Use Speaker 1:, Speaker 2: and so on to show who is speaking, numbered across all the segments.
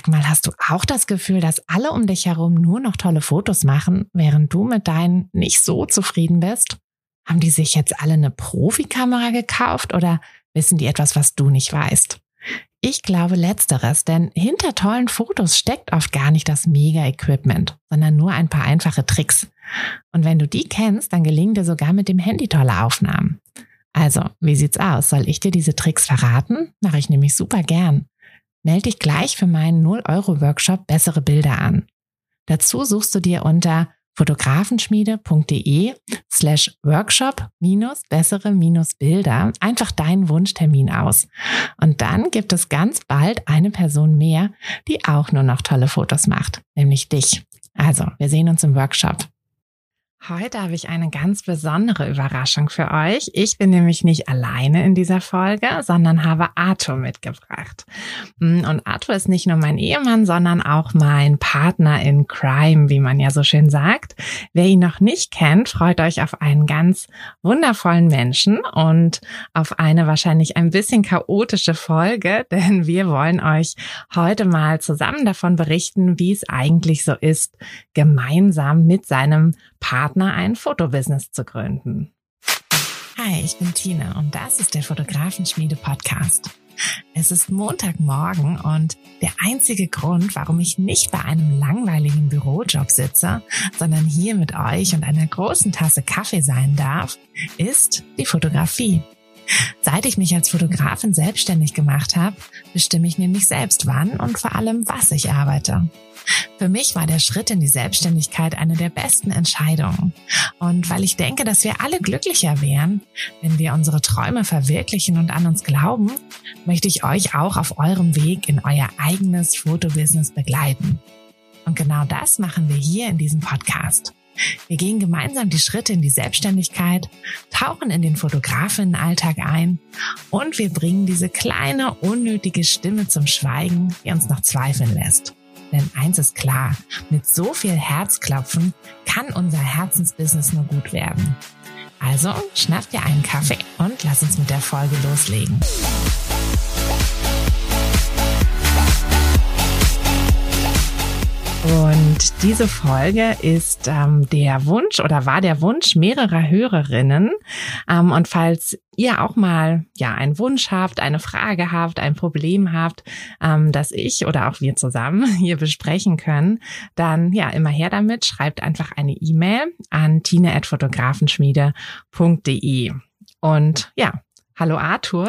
Speaker 1: Sag mal, hast du auch das Gefühl, dass alle um dich herum nur noch tolle Fotos machen, während du mit deinen nicht so zufrieden bist? Haben die sich jetzt alle eine Profikamera gekauft oder wissen die etwas, was du nicht weißt? Ich glaube letzteres, denn hinter tollen Fotos steckt oft gar nicht das Mega-Equipment, sondern nur ein paar einfache Tricks. Und wenn du die kennst, dann gelingen dir sogar mit dem Handy tolle Aufnahmen. Also, wie sieht's aus? Soll ich dir diese Tricks verraten? Mache ich nämlich super gern. Melde dich gleich für meinen 0-Euro-Workshop Bessere Bilder an. Dazu suchst du dir unter fotografenschmiede.de/workshop-bessere-bilder einfach deinen Wunschtermin aus. Und dann gibt es ganz bald eine Person mehr, die auch nur noch tolle Fotos macht, nämlich dich. Also, wir sehen uns im Workshop. Heute habe ich eine ganz besondere Überraschung für euch. Ich bin nämlich nicht alleine in dieser Folge, sondern habe Arthur mitgebracht. Und Arthur ist nicht nur mein Ehemann, sondern auch mein Partner in Crime, wie man ja so schön sagt. Wer ihn noch nicht kennt, freut euch auf einen ganz wundervollen Menschen und auf eine wahrscheinlich ein bisschen chaotische Folge, denn wir wollen euch heute mal zusammen davon berichten, wie es eigentlich so ist, gemeinsam mit seinem Partner ein Fotobusiness zu gründen. Hi, ich bin Tina und das ist der Fotografenschmiede-Podcast. Es ist Montagmorgen und der einzige Grund, warum ich nicht bei einem langweiligen Bürojob sitze, sondern hier mit euch und einer großen Tasse Kaffee sein darf, ist die Fotografie. Seit ich mich als Fotografin selbstständig gemacht habe, bestimme ich nämlich selbst wann und vor allem, was ich arbeite. Für mich war der Schritt in die Selbstständigkeit eine der besten Entscheidungen. Und weil ich denke, dass wir alle glücklicher wären, wenn wir unsere Träume verwirklichen und an uns glauben, möchte ich euch auch auf eurem Weg in euer eigenes Fotobusiness begleiten. Und genau das machen wir hier in diesem Podcast. Wir gehen gemeinsam die Schritte in die Selbstständigkeit, tauchen in den Fotografinnenalltag ein und wir bringen diese kleine, unnötige Stimme zum Schweigen, die uns noch zweifeln lässt. Denn eins ist klar, mit so viel Herzklopfen kann unser Herzensbusiness nur gut werden. Also schnappt dir einen Kaffee und lass uns mit der Folge loslegen. Und diese Folge ist der Wunsch oder war der Wunsch mehrerer Hörerinnen. Und falls ihr auch mal einen Wunsch habt, eine Frage habt, ein Problem habt, das ich oder auch wir zusammen hier besprechen können, dann immer her damit. Schreibt einfach eine E-Mail an tine@fotografenschmiede.de. Und hallo Arthur.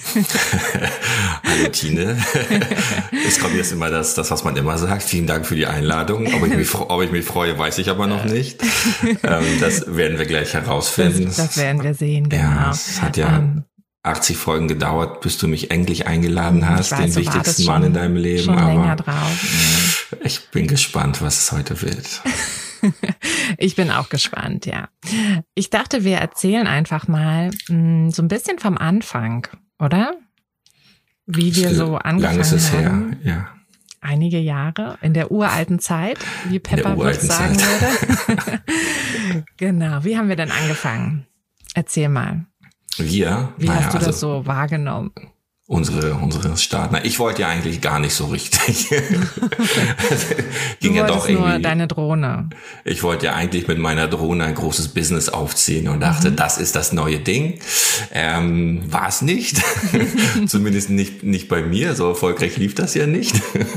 Speaker 2: Hallo Tine. Es kommt jetzt immer das, was man immer sagt. Vielen Dank für die Einladung. Ob ich mich freue, weiß ich aber noch nicht. Das werden wir gleich herausfinden.
Speaker 1: Das werden wir sehen, genau.
Speaker 2: Ja, es hat 80 Folgen gedauert, bis du mich endlich eingeladen hast, den wichtigsten Mann in deinem Leben.
Speaker 1: Schon länger drauf.
Speaker 2: Ich bin gespannt, was es heute wird.
Speaker 1: Ich bin auch gespannt, ja. Ich dachte, wir erzählen einfach mal so ein bisschen vom Anfang, oder? Wie wir so angefangen haben. Lang ist es her, ja. Einige Jahre in der uralten Zeit, wie Pepper Woods sagen würde. Genau, wie haben wir denn angefangen? Erzähl mal. Wie hast du das so wahrgenommen?
Speaker 2: Unsere Start. Ich wollte ja eigentlich gar nicht so richtig.
Speaker 1: Ging ja doch irgendwie. Nur deine Drohne.
Speaker 2: Ich wollte ja eigentlich mit meiner Drohne ein großes Business aufziehen und dachte, das ist das neue Ding. War es nicht. Zumindest nicht bei mir. So erfolgreich lief das ja nicht.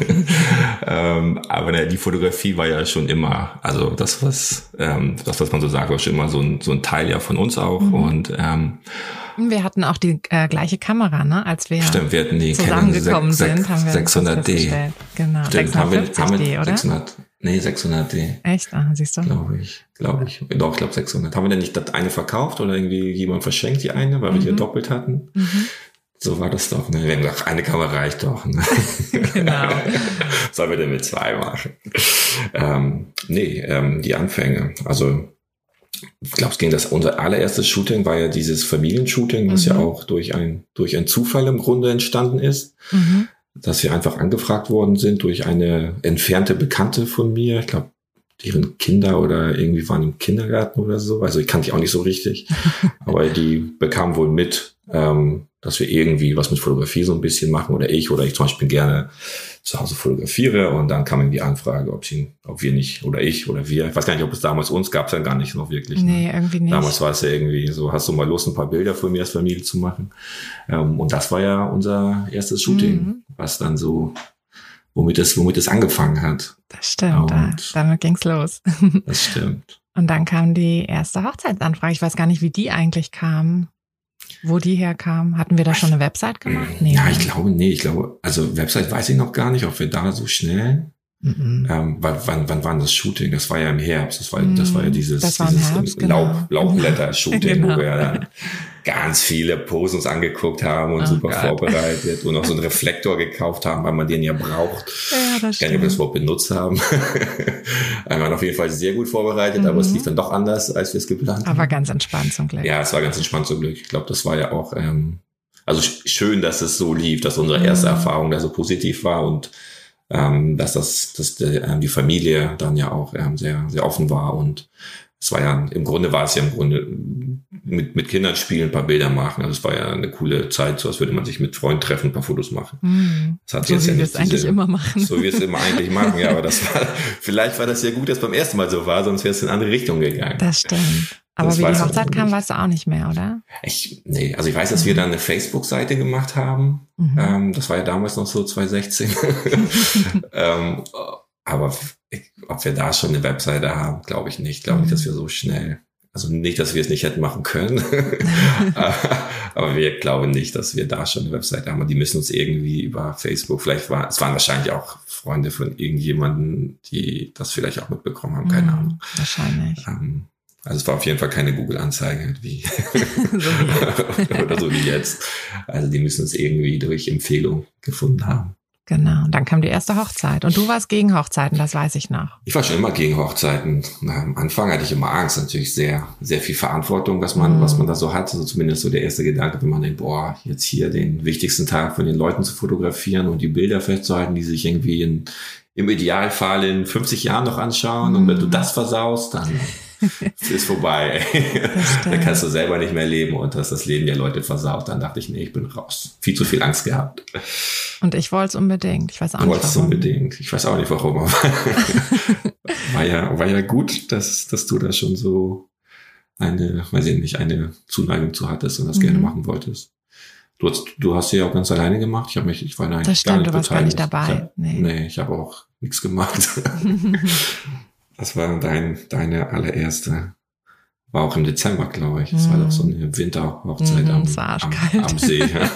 Speaker 2: Aber die Fotografie war ja schon immer, also das, was man so sagt, war schon immer so ein Teil ja von uns auch. Und
Speaker 1: wir hatten auch die gleiche Kamera, ne? Als wir
Speaker 2: wir hatten die
Speaker 1: zusammengekommen sind, haben wir
Speaker 2: 600D.
Speaker 1: Genau,
Speaker 2: stimmt,
Speaker 1: 650D, oder?
Speaker 2: 600D.
Speaker 1: Echt? Siehst du?
Speaker 2: Glaube ich. Doch, ich glaube 600. Haben wir denn nicht das eine verkauft oder irgendwie jemand verschenkt, die eine, weil wir die doppelt hatten? So war das doch. Ne? Wir haben gesagt, eine Kamera reicht doch. Ne?
Speaker 1: Genau.
Speaker 2: Was sollen wir denn mit zwei machen? Die Anfänge. Also ich glaube, unser allererstes Shooting war ja dieses Familienshooting, was ja auch durch ein Zufall im Grunde entstanden ist, dass wir einfach angefragt worden sind durch eine entfernte Bekannte von mir. Ich glaube, deren Kinder oder irgendwie waren im Kindergarten oder so. Also ich kannte die auch nicht so richtig, aber die bekamen wohl mit, dass wir irgendwie was mit Fotografie so ein bisschen machen oder ich zum Beispiel gerne zu Hause fotografiere und dann kam die Anfrage, ob wir nicht oder ich oder wir, ich weiß gar nicht, ob es damals uns gab es dann gar nicht noch wirklich.
Speaker 1: Nee, irgendwie nicht.
Speaker 2: Damals war es ja irgendwie so, hast du mal Lust, ein paar Bilder von mir als Familie zu machen? Und das war ja unser erstes Shooting, was dann so, womit es angefangen hat.
Speaker 1: Das stimmt, damit ging's los.
Speaker 2: Das stimmt.
Speaker 1: Und dann kam die erste Hochzeitsanfrage. Ich weiß gar nicht, wie die eigentlich kam. Wo die herkam. Hatten wir da schon eine Website gemacht?
Speaker 2: Nee. Ja, ich glaube, also Website weiß ich noch gar nicht, ob wir da so schnell. Wann war das Shooting? Das war ja im Herbst. Das war ja dieses
Speaker 1: Herbst,
Speaker 2: Laubblätter-Shooting, genau. Wo wir dann ganz viele Posen uns angeguckt haben und super vorbereitet und auch so einen Reflektor gekauft haben, weil man den ja braucht.
Speaker 1: Ja, das
Speaker 2: ich weiß nicht, ob wir das überhaupt benutzt haben. Wir waren auf jeden Fall sehr gut vorbereitet, aber es lief dann doch anders, als wir es geplant haben.
Speaker 1: Aber ganz entspannt zum Glück.
Speaker 2: Ja, es war ganz entspannt zum Glück. Ich glaube, das war ja auch also schön, dass es so lief, dass unsere erste Erfahrung da so positiv war und dass die Familie dann ja auch sehr, sehr offen war und es war ja, im Grunde mit Kindern spielen, ein paar Bilder machen. Also es war ja eine coole Zeit, so als würde man sich mit Freunden treffen, ein paar Fotos machen. Das hat
Speaker 1: so
Speaker 2: jetzt
Speaker 1: wie
Speaker 2: ja
Speaker 1: wir es eigentlich immer machen.
Speaker 2: So wie wir es immer eigentlich machen, ja, aber vielleicht war das ja gut, dass es beim ersten Mal so war, sonst wäre es in eine andere Richtung gegangen.
Speaker 1: Das stimmt. Aber wie die Hochzeit kam, weißt du auch nicht mehr, oder?
Speaker 2: Nee, also ich weiß, dass wir dann eine Facebook-Seite gemacht haben. Das war ja damals noch so 2016. Aber ob wir da schon eine Webseite haben, glaube ich nicht. Glaube nicht, dass wir so schnell, also nicht, dass wir es nicht hätten machen können. Aber wir glauben nicht, dass wir da schon eine Webseite haben. Und die müssen uns irgendwie über Facebook, es waren wahrscheinlich auch Freunde von irgendjemanden, die das vielleicht auch mitbekommen haben. Keine Ahnung.
Speaker 1: Wahrscheinlich.
Speaker 2: Also es war auf jeden Fall keine Google-Anzeige oder so wie jetzt. Also die müssen es irgendwie durch Empfehlung gefunden haben.
Speaker 1: Genau, und dann kam die erste Hochzeit. Und du warst gegen Hochzeiten, das weiß ich noch.
Speaker 2: Ich war schon immer gegen Hochzeiten. Am Anfang hatte ich immer Angst, natürlich sehr, sehr viel Verantwortung, was man da so hat. Also zumindest so der erste Gedanke, wenn man denkt, jetzt hier den wichtigsten Tag von den Leuten zu fotografieren und die Bilder festzuhalten, die sich irgendwie im Idealfall in 50 Jahren noch anschauen. Und wenn du das versaust, dann ist vorbei. Dann kannst du selber nicht mehr leben und hast das Leben der Leute versaut. Dann dachte ich, nee, ich bin raus. Viel zu viel Angst gehabt.
Speaker 1: Und ich wollte es unbedingt. Ich weiß auch nicht, warum. Du wolltest
Speaker 2: unbedingt. Ich weiß auch nicht, warum. War ja gut, dass du da schon so eine Zuneigung zu hattest und das gerne machen wolltest. Du hast sie ja auch ganz alleine gemacht. Ich war da eigentlich gar nicht beteiligt.
Speaker 1: Du warst gar nicht dabei.
Speaker 2: Nee, ich habe auch nichts gemacht. Das war deine allererste. War auch im Dezember, glaube ich. Das war doch so eine Winterhochzeit am See. Ja.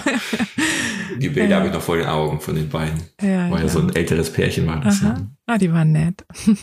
Speaker 2: Die Bilder habe ich noch vor den Augen von den beiden. War ja so ein älteres Pärchen war das. Ja.
Speaker 1: Die waren nett.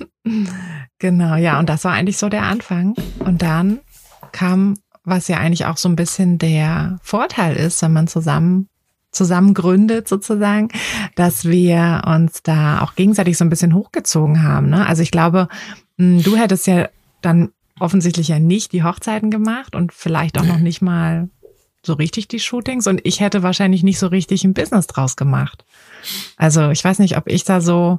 Speaker 1: Genau, ja. Und das war eigentlich so der Anfang. Und dann kam, was ja eigentlich auch so ein bisschen der Vorteil ist, wenn man zusammen gründet sozusagen, dass wir uns da auch gegenseitig so ein bisschen hochgezogen haben. Ne? Also ich glaube, du hättest ja dann offensichtlich ja nicht die Hochzeiten gemacht und vielleicht auch noch nicht mal so richtig die Shootings und ich hätte wahrscheinlich nicht so richtig ein Business draus gemacht. Also ich weiß nicht, ob ich da so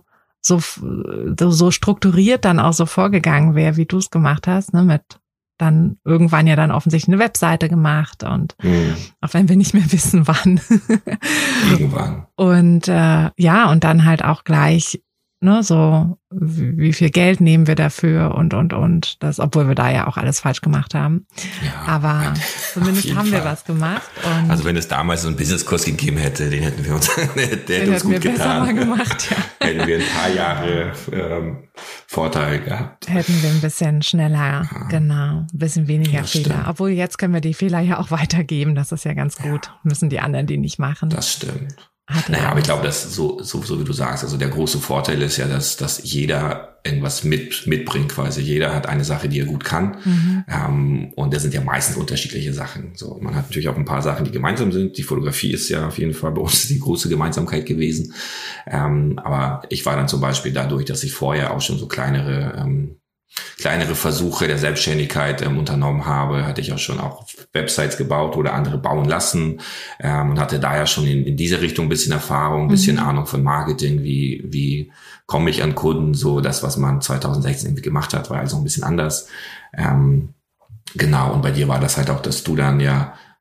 Speaker 1: strukturiert dann auch so vorgegangen wäre, wie du es gemacht hast, ne, mit dann irgendwann ja dann offensichtlich eine Webseite gemacht und auch wenn wir nicht mehr wissen, wann.
Speaker 2: Irgendwann.
Speaker 1: Und und dann halt auch gleich, ne, so wie viel Geld nehmen wir dafür und das, obwohl wir da ja auch alles falsch gemacht haben. Ja, aber zumindest haben wir was gemacht. Und
Speaker 2: also wenn es damals so einen Businesskurs gegeben hätte, den hätten wir uns,
Speaker 1: den hätten wir besser mal gemacht, ja.
Speaker 2: Hätten wir ein paar Jahre Vorteil gehabt.
Speaker 1: Hätten wir ein bisschen schneller, genau, ein bisschen weniger Fehler.
Speaker 2: Stimmt.
Speaker 1: Obwohl jetzt können wir die Fehler ja auch weitergeben, das ist ja ganz gut. Müssen die anderen die nicht machen.
Speaker 2: Das stimmt. Aber ich glaube, dass so wie du sagst, also der große Vorteil ist ja, dass jeder irgendwas mitbringt quasi. Jeder hat eine Sache, die er gut kann. Und das sind ja meistens unterschiedliche Sachen. So, man hat natürlich auch ein paar Sachen, die gemeinsam sind. Die Fotografie ist ja auf jeden Fall bei uns die große Gemeinsamkeit gewesen. Aber ich war dann zum Beispiel dadurch, dass ich vorher auch schon so kleinere Versuche der Selbstständigkeit unternommen habe, hatte ich auch schon auch Websites gebaut oder andere bauen lassen und hatte da ja schon in diese Richtung ein bisschen Erfahrung, ein bisschen Ahnung von Marketing, wie komme ich an Kunden, so das, was man 2016 irgendwie gemacht hat, war also ein bisschen anders. Genau, und bei dir war das halt auch, dass du dann ja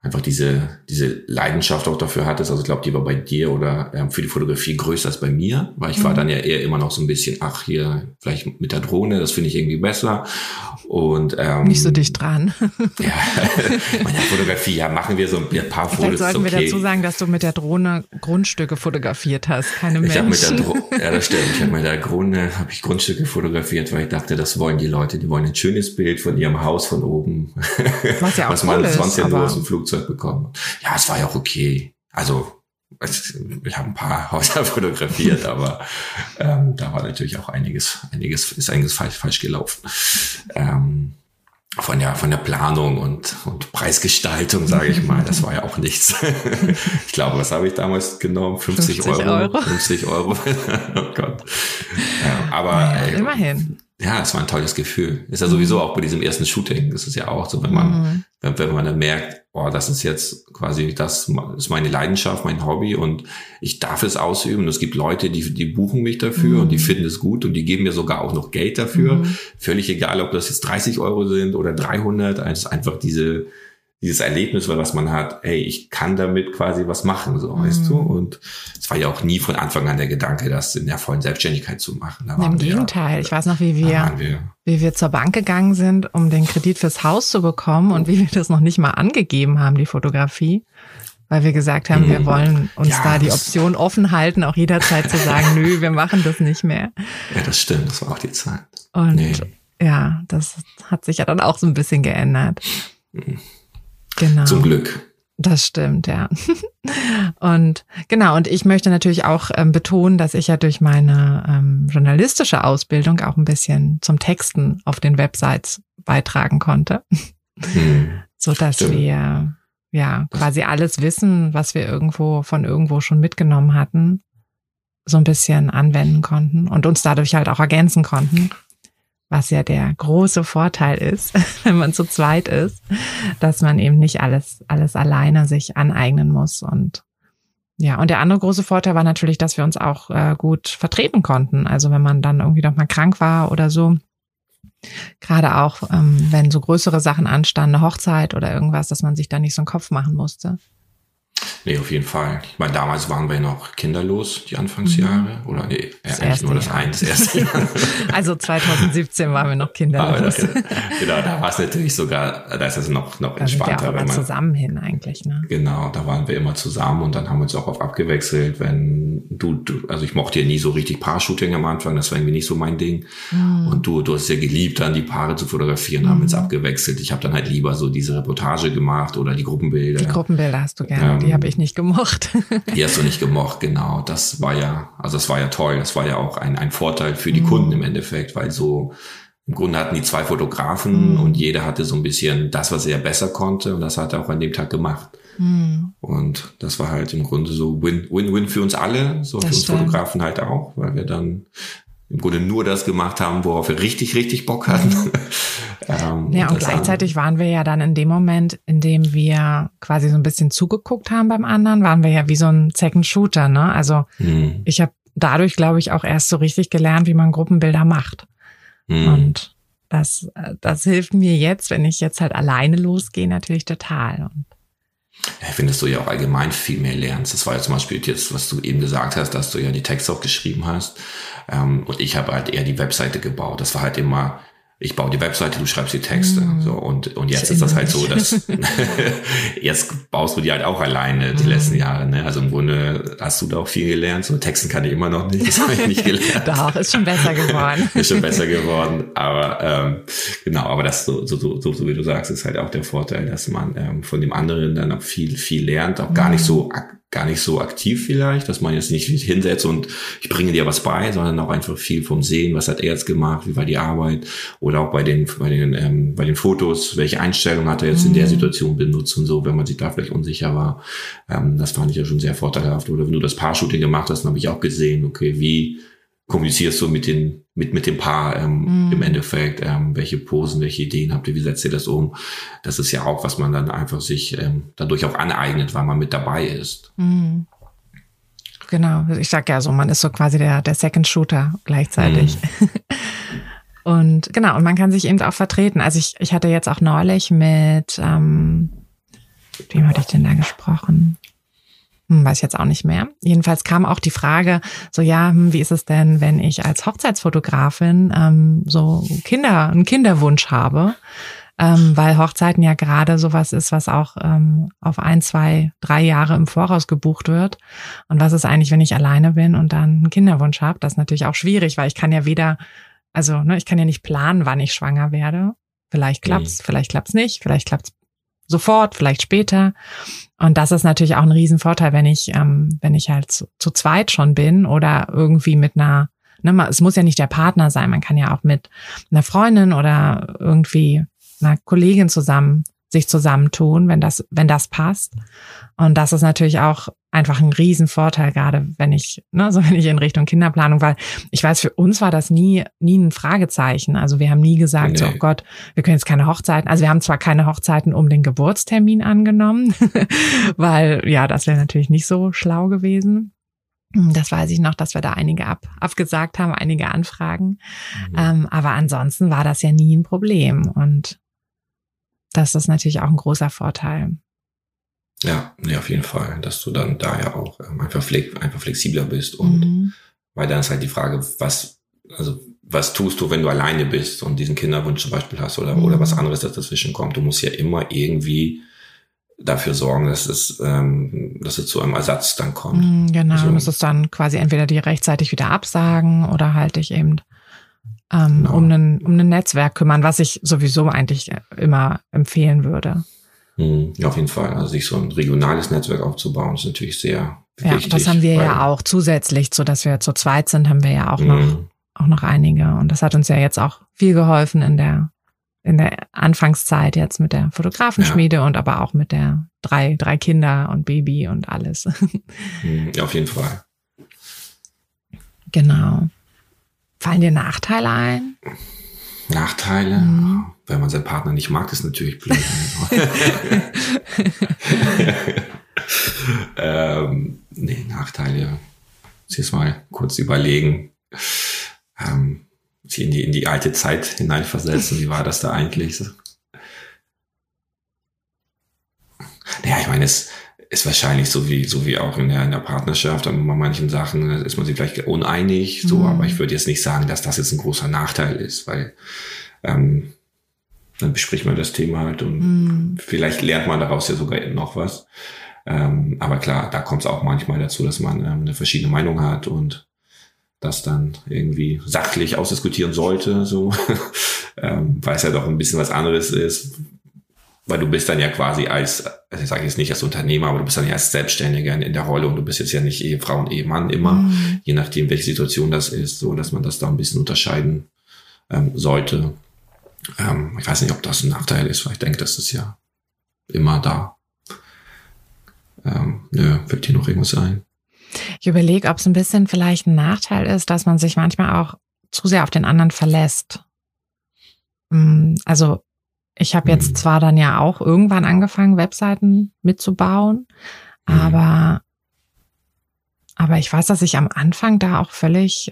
Speaker 2: einfach diese Leidenschaft auch dafür hattest. Also ich glaube, die war bei dir oder für die Fotografie größer als bei mir, weil ich war dann ja eher immer noch so ein bisschen, hier vielleicht mit der Drohne, das finde ich irgendwie besser. Und
Speaker 1: nicht so dicht dran.
Speaker 2: Ja, meine Fotografie, machen wir so ein paar Fotos.
Speaker 1: Vielleicht sollten wir dazu sagen, dass du mit der Drohne Grundstücke fotografiert hast, keine Menschen.
Speaker 2: Ja, das stimmt. Ich habe mit der Drohne Grundstücke fotografiert, weil ich dachte, das wollen die Leute, die wollen ein schönes Bild von ihrem Haus von oben.
Speaker 1: Was ja auch
Speaker 2: was man
Speaker 1: cool ist,
Speaker 2: sonst ja nur aus dem Flugzeug bekommt. Ja, es war ja auch okay. Also ich habe ein paar Häuser fotografiert, aber da war natürlich auch einiges falsch gelaufen. Von der Planung und Preisgestaltung, sage ich mal, das war ja auch nichts. Ich glaube, was habe ich damals genommen? 50 Euro. 50 Euro. Oh Gott. Aber
Speaker 1: immerhin.
Speaker 2: Ja, es war ein tolles Gefühl. Ist ja sowieso auch bei diesem ersten Shooting. Das ist ja auch so, wenn man dann merkt, das ist jetzt quasi, das ist meine Leidenschaft, mein Hobby und ich darf es ausüben. Und es gibt Leute, die buchen mich dafür und die finden es gut und die geben mir sogar auch noch Geld dafür. Völlig egal, ob das jetzt 30 Euro sind oder 300. Es ist einfach dieses Erlebnis, was man hat, ich kann damit quasi was machen, so, weißt du? Und es war ja auch nie von Anfang an der Gedanke, das in der vollen Selbstständigkeit zu machen.
Speaker 1: Im Gegenteil. Ich weiß noch, wie wir zur Bank gegangen sind, um den Kredit fürs Haus zu bekommen und wie wir das noch nicht mal angegeben haben, die Fotografie. Weil wir gesagt haben, wir wollen uns da die Option offen halten, auch jederzeit zu sagen, nö, wir machen das nicht mehr.
Speaker 2: Ja, das stimmt. Das war auch die Zeit.
Speaker 1: Und das hat sich ja dann auch so ein bisschen geändert. Genau.
Speaker 2: Zum Glück.
Speaker 1: Das stimmt, ja. Und ich möchte natürlich auch betonen, dass ich ja durch meine journalistische Ausbildung auch ein bisschen zum Texten auf den Websites beitragen konnte. So dass wir quasi alles Wissen, was wir von irgendwo schon mitgenommen hatten, so ein bisschen anwenden konnten und uns dadurch halt auch ergänzen konnten. Was ja der große Vorteil ist, wenn man zu zweit ist, dass man eben nicht alles alleine sich aneignen muss. Und der andere große Vorteil war natürlich, dass wir uns auch gut vertreten konnten. Also wenn man dann irgendwie noch mal krank war oder so, gerade auch wenn so größere Sachen anstanden, eine Hochzeit oder irgendwas, dass man sich da nicht so einen Kopf machen musste.
Speaker 2: Nee, auf jeden Fall. Ich meine, damals waren wir noch kinderlos, die Anfangsjahre. Oder eigentlich nur das erste Jahr.
Speaker 1: Also 2017 waren wir noch kinderlos.
Speaker 2: Genau, da war es natürlich sogar, da ist es noch entspannter.
Speaker 1: Da sind wir auch immer zusammen hin eigentlich, ne?
Speaker 2: Genau, da waren wir immer zusammen und dann haben wir uns auch oft abgewechselt, wenn also ich mochte ja nie so richtig Paar-Shooting am Anfang, das war irgendwie nicht so mein Ding. Und du hast ja geliebt, dann die Paare zu fotografieren, haben uns abgewechselt. Ich habe dann halt lieber so diese Reportage gemacht oder die Gruppenbilder. Die
Speaker 1: Gruppenbilder hast du gerne, die habe ich nicht gemocht.
Speaker 2: Die hast du nicht gemocht, genau. Das war ja toll. Das war ja auch ein Vorteil für die Kunden im Endeffekt, weil so im Grunde hatten die 2 Fotografen und jeder hatte so ein bisschen das, was er besser konnte und das hat er auch an dem Tag gemacht. Und das war halt im Grunde so Win-Win für uns alle, so das für uns Fotografen halt auch, weil wir dann im Grunde nur das gemacht haben, worauf wir richtig, richtig Bock hatten.
Speaker 1: Und gleichzeitig waren wir ja dann in dem Moment, in dem wir quasi so ein bisschen zugeguckt haben beim anderen, waren wir ja wie so ein Second Shooter, ne? Also ich habe dadurch, glaube ich, auch erst so richtig gelernt, wie man Gruppenbilder macht. Und das hilft mir jetzt, wenn ich jetzt halt alleine losgehe, natürlich total.
Speaker 2: Ja, ich finde, dass du ja auch allgemein viel mehr lernst. Das war ja zum Beispiel jetzt, was du eben gesagt hast, dass du ja die Texte auch geschrieben hast. Und ich habe halt eher die Webseite gebaut. Das war halt immer, ich baue die Webseite, du schreibst die Texte. So, und jetzt ist das halt so, dass jetzt baust du die halt auch alleine die letzten Jahre. Ne? Also im Grunde hast du da auch viel gelernt. So Texten kann ich immer noch nicht, das habe ich nicht gelernt.
Speaker 1: Doch, ist schon besser geworden.
Speaker 2: Ist schon besser geworden. Aber aber das so wie du sagst, ist halt auch der Vorteil, dass man von dem anderen dann auch viel lernt, auch gar nicht so aktiv vielleicht, dass man jetzt nicht hinsetzt und ich bringe dir was bei, sondern auch einfach viel vom Sehen, was hat er jetzt gemacht, wie war die Arbeit oder auch bei den Fotos, welche Einstellung hat er jetzt in der Situation benutzt und so, wenn man sich da vielleicht unsicher war. Das fand ich ja schon sehr vorteilhaft. Oder wenn du das Paar-Shooting gemacht hast, dann habe ich auch gesehen, okay, wie kommunizierst du mit dem Paar im Endeffekt, welche Posen, welche Ideen habt ihr, wie setzt ihr das um? Das ist ja auch, was man dann einfach sich dadurch auch aneignet, weil man mit dabei ist.
Speaker 1: Genau, ich sag ja so, man ist so quasi der Second Shooter gleichzeitig. Und genau, und man kann sich eben auch vertreten. Also ich hatte jetzt auch neulich mit Mit wem hatte ich denn da gesprochen? Weiß ich jetzt auch nicht mehr. Jedenfalls kam auch die Frage, so wie ist es denn, wenn ich als Hochzeitsfotografin so einen Kinderwunsch habe? Weil Hochzeiten ja gerade sowas ist, was auch auf 1, 2, 3 Jahre im Voraus gebucht wird. Und was ist eigentlich, wenn ich alleine bin und dann einen Kinderwunsch habe? Das ist natürlich auch schwierig, weil ich kann ja ich kann ja nicht planen, wann ich schwanger werde. Vielleicht klappt's, vielleicht klappt's nicht, vielleicht klappt's sofort, vielleicht später. Und das ist natürlich auch ein Riesenvorteil, wenn ich halt zu zweit schon bin oder irgendwie mit es muss ja nicht der Partner sein, man kann ja auch mit einer Freundin oder irgendwie einer Kollegin sich zusammentun, wenn das passt. Und das ist natürlich auch einfach ein Riesenvorteil, gerade wenn ich in Richtung Kinderplanung, weil ich weiß, für uns war das nie ein Fragezeichen. Also wir haben nie gesagt, so, oh Gott, wir können jetzt keine Hochzeiten. Also wir haben zwar keine Hochzeiten um den Geburtstermin angenommen, weil das wäre natürlich nicht so schlau gewesen. Das weiß ich noch, dass wir da einige abgesagt haben, einige Anfragen. Aber ansonsten war das ja nie ein Problem. Und das ist natürlich auch ein großer Vorteil.
Speaker 2: Ja, auf jeden Fall, dass du dann da ja auch einfach flexibler bist. Und weil dann ist halt die Frage, was tust du, wenn du alleine bist und diesen Kinderwunsch zum Beispiel hast oder was anderes, das dazwischen kommt. Du musst ja immer irgendwie dafür sorgen, dass es zu einem Ersatz dann kommt.
Speaker 1: Genau, du musst es dann quasi entweder die rechtzeitig wieder absagen oder halt dich eben um ein Netzwerk kümmern, was ich sowieso eigentlich immer empfehlen würde.
Speaker 2: Ja, auf jeden Fall. Also sich so ein regionales Netzwerk aufzubauen, ist natürlich sehr wichtig.
Speaker 1: Ja, das haben wir ja auch zusätzlich, so dass wir zu zweit sind, haben wir ja auch noch einige. Und das hat uns ja jetzt auch viel geholfen in der Anfangszeit jetzt mit der Fotografenschmiede und aber auch mit der drei Kinder und Baby und alles.
Speaker 2: Ja, auf jeden Fall.
Speaker 1: Genau. Fallen dir Nachteile ein?
Speaker 2: Nachteile? Wenn man seinen Partner nicht mag, ist natürlich blöd. Nachteile. Jetzt mal kurz überlegen. In die alte Zeit hineinversetzen. Wie war das da eigentlich? Naja, ich meine, es ist wahrscheinlich so wie auch in der Partnerschaft. Bei manchen Sachen ist man sich vielleicht uneinig, aber ich würde jetzt nicht sagen, dass das jetzt ein großer Nachteil ist, weil dann bespricht man das Thema halt und vielleicht lernt man daraus ja sogar noch was. Aber klar, da kommt es auch manchmal dazu, dass man eine verschiedene Meinung hat und das dann irgendwie sachlich ausdiskutieren sollte, weil es ja doch ein bisschen was anderes ist, weil du bist dann ja quasi ich sage jetzt nicht als Unternehmer, aber du bist dann ja als Selbstständiger in der Rolle und du bist jetzt ja nicht Ehefrau und Ehemann immer, je nachdem, welche Situation das ist, so dass man das da ein bisschen unterscheiden sollte. Ich weiß nicht, ob das ein Nachteil ist, weil ich denke, das ist ja immer da. Fällt dir noch irgendwas ein?
Speaker 1: Ich überlege, ob es ein bisschen vielleicht ein Nachteil ist, dass man sich manchmal auch zu sehr auf den anderen verlässt. Also ich habe jetzt zwar dann ja auch irgendwann angefangen, Webseiten mitzubauen, aber ich weiß, dass ich am Anfang da auch völlig,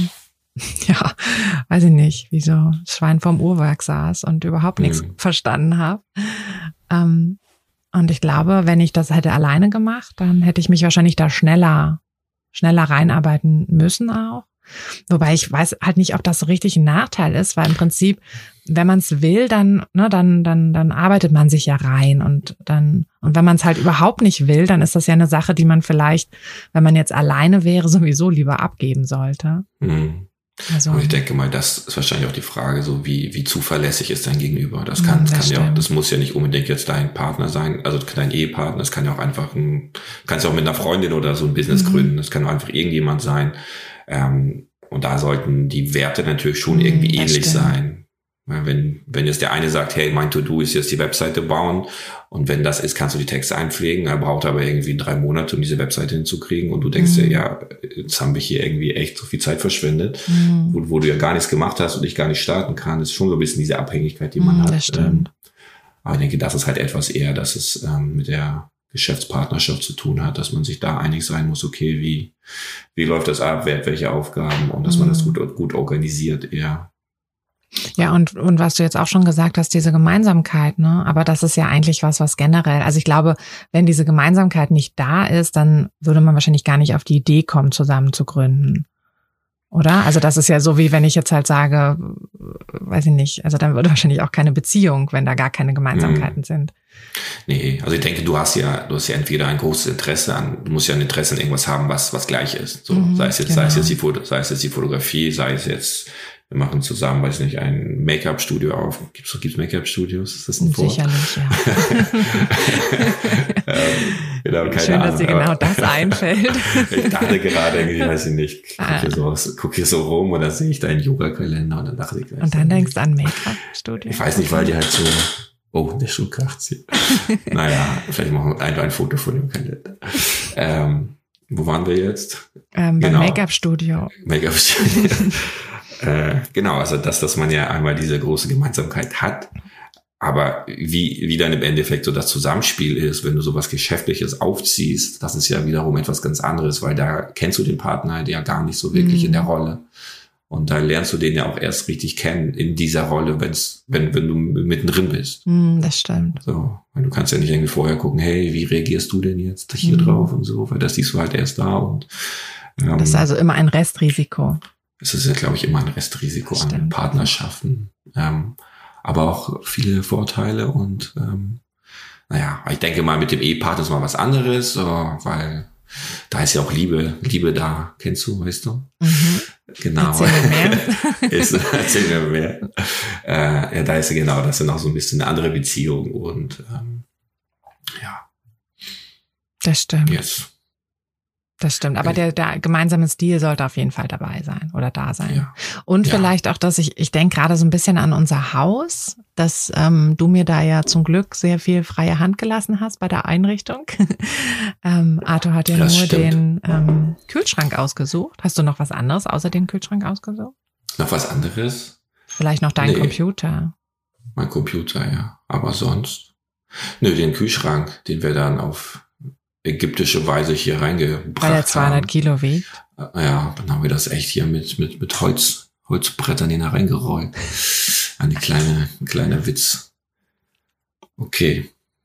Speaker 1: weiß ich nicht, wie so Schwein vorm Uhrwerk saß und überhaupt nichts verstanden habe. Und ich glaube, wenn ich das hätte alleine gemacht, dann hätte ich mich wahrscheinlich da schneller reinarbeiten müssen auch. Wobei ich weiß halt nicht, ob das so richtig ein Nachteil ist, weil im Prinzip, wenn man es will, dann arbeitet man sich ja rein und wenn man es halt überhaupt nicht will, dann ist das ja eine Sache, die man vielleicht, wenn man jetzt alleine wäre, sowieso lieber abgeben sollte.
Speaker 2: Also, und ich denke mal, das ist wahrscheinlich auch die Frage, so wie zuverlässig ist dein Gegenüber. Das das muss ja nicht unbedingt jetzt dein Partner sein, also dein Ehepartner, das kann ja auch einfach kannst ja auch mit einer Freundin oder so ein Business gründen, das kann auch einfach irgendjemand sein. Und da sollten die Werte natürlich schon irgendwie ähnlich sein. Wenn jetzt der eine sagt, hey, mein To-Do ist jetzt die Webseite bauen und wenn das ist, kannst du die Texte einpflegen, er braucht aber irgendwie 3 Monate, um diese Webseite hinzukriegen und du denkst dir, ja, jetzt haben wir hier irgendwie echt so viel Zeit verschwendet, wo du ja gar nichts gemacht hast und ich gar nicht starten kann, ist schon so ein bisschen diese Abhängigkeit, die man hat.
Speaker 1: Das stimmt.
Speaker 2: Aber ich denke, das ist halt etwas eher, dass es mit der Geschäftspartnerschaft zu tun hat, dass man sich da einig sein muss, okay, wie läuft das ab, wer hat welche Aufgaben und dass man das gut organisiert eher.
Speaker 1: Ja, und was du jetzt auch schon gesagt hast, diese Gemeinsamkeit, ne? Aber das ist ja eigentlich was generell, also ich glaube, wenn diese Gemeinsamkeit nicht da ist, dann würde man wahrscheinlich gar nicht auf die Idee kommen, zusammen zu gründen. Oder? Also das ist ja so, wie wenn ich jetzt halt sage, weiß ich nicht, also dann würde wahrscheinlich auch keine Beziehung, wenn da gar keine Gemeinsamkeiten sind.
Speaker 2: Nee, also ich denke, du hast ja entweder ein großes Interesse du musst ja ein Interesse an irgendwas haben, was gleich ist. So, sei es jetzt die Fotografie, sei es jetzt, wir machen zusammen, weiß nicht, ein Make-up-Studio auf. Gibt's Make-up-Studios? Ist das ein Wort?
Speaker 1: Sicherlich, ja.
Speaker 2: Genau, keine
Speaker 1: Schön,
Speaker 2: Ahnung,
Speaker 1: dass dir genau das einfällt.
Speaker 2: Ich dachte gerade irgendwie, weiß ich nicht, guck hier so rum und dann sehe ich deinen Yoga-Kalender und dann dachte ich gleich.
Speaker 1: Und dann denkst du an Make-up-Studio?
Speaker 2: Ich weiß nicht, weil die halt so, der Schuh kracht hier. Naja, vielleicht machen wir ein Foto von dem Kalender. Wo waren wir jetzt?
Speaker 1: Beim Make-up-Studio.
Speaker 2: Make-up-Studio. Genau, also dass man ja einmal diese große Gemeinsamkeit hat, aber wie dann im Endeffekt so das Zusammenspiel ist, wenn du sowas Geschäftliches aufziehst, das ist ja wiederum etwas ganz anderes, weil da kennst du den Partner ja gar nicht so wirklich in der Rolle. Und da lernst du den ja auch erst richtig kennen in dieser Rolle, wenn du mittendrin bist.
Speaker 1: Das stimmt.
Speaker 2: So, weil du kannst ja nicht irgendwie vorher gucken, hey, wie reagierst du denn jetzt hier drauf und so, weil das siehst du halt erst da und
Speaker 1: das ist also immer ein Restrisiko.
Speaker 2: Es ist ja, glaube ich, immer ein Restrisiko an Partnerschaften. Aber auch viele Vorteile und ich denke mal, mit dem Ehepartner ist mal was anderes, weil da ist ja auch Liebe da, kennst du, weißt du? Genau. Erzähl mir mehr. Da ist ja genau, das ist ja noch so ein bisschen eine andere Beziehung und
Speaker 1: Das stimmt.
Speaker 2: Yes.
Speaker 1: Das stimmt, aber der gemeinsame Stil sollte auf jeden Fall dabei sein oder da sein.
Speaker 2: Ja.
Speaker 1: Und vielleicht auch, dass ich denke gerade so ein bisschen an unser Haus, dass du mir da ja zum Glück sehr viel freie Hand gelassen hast bei der Einrichtung. Arthur hat ja
Speaker 2: das
Speaker 1: nur
Speaker 2: stimmt.
Speaker 1: Den Kühlschrank ausgesucht. Hast du noch was anderes außer den Kühlschrank ausgesucht?
Speaker 2: Noch was anderes?
Speaker 1: Vielleicht noch dein Computer.
Speaker 2: Mein Computer, ja. Aber sonst? Den Kühlschrank, den wir dann auf ägyptische Weise hier reingebracht haben.
Speaker 1: Weil er 200 Kilo wiegt.
Speaker 2: Ja, dann haben wir das echt hier mit Holzbrettern hier reingerollt. Ein kleiner Witz. Okay.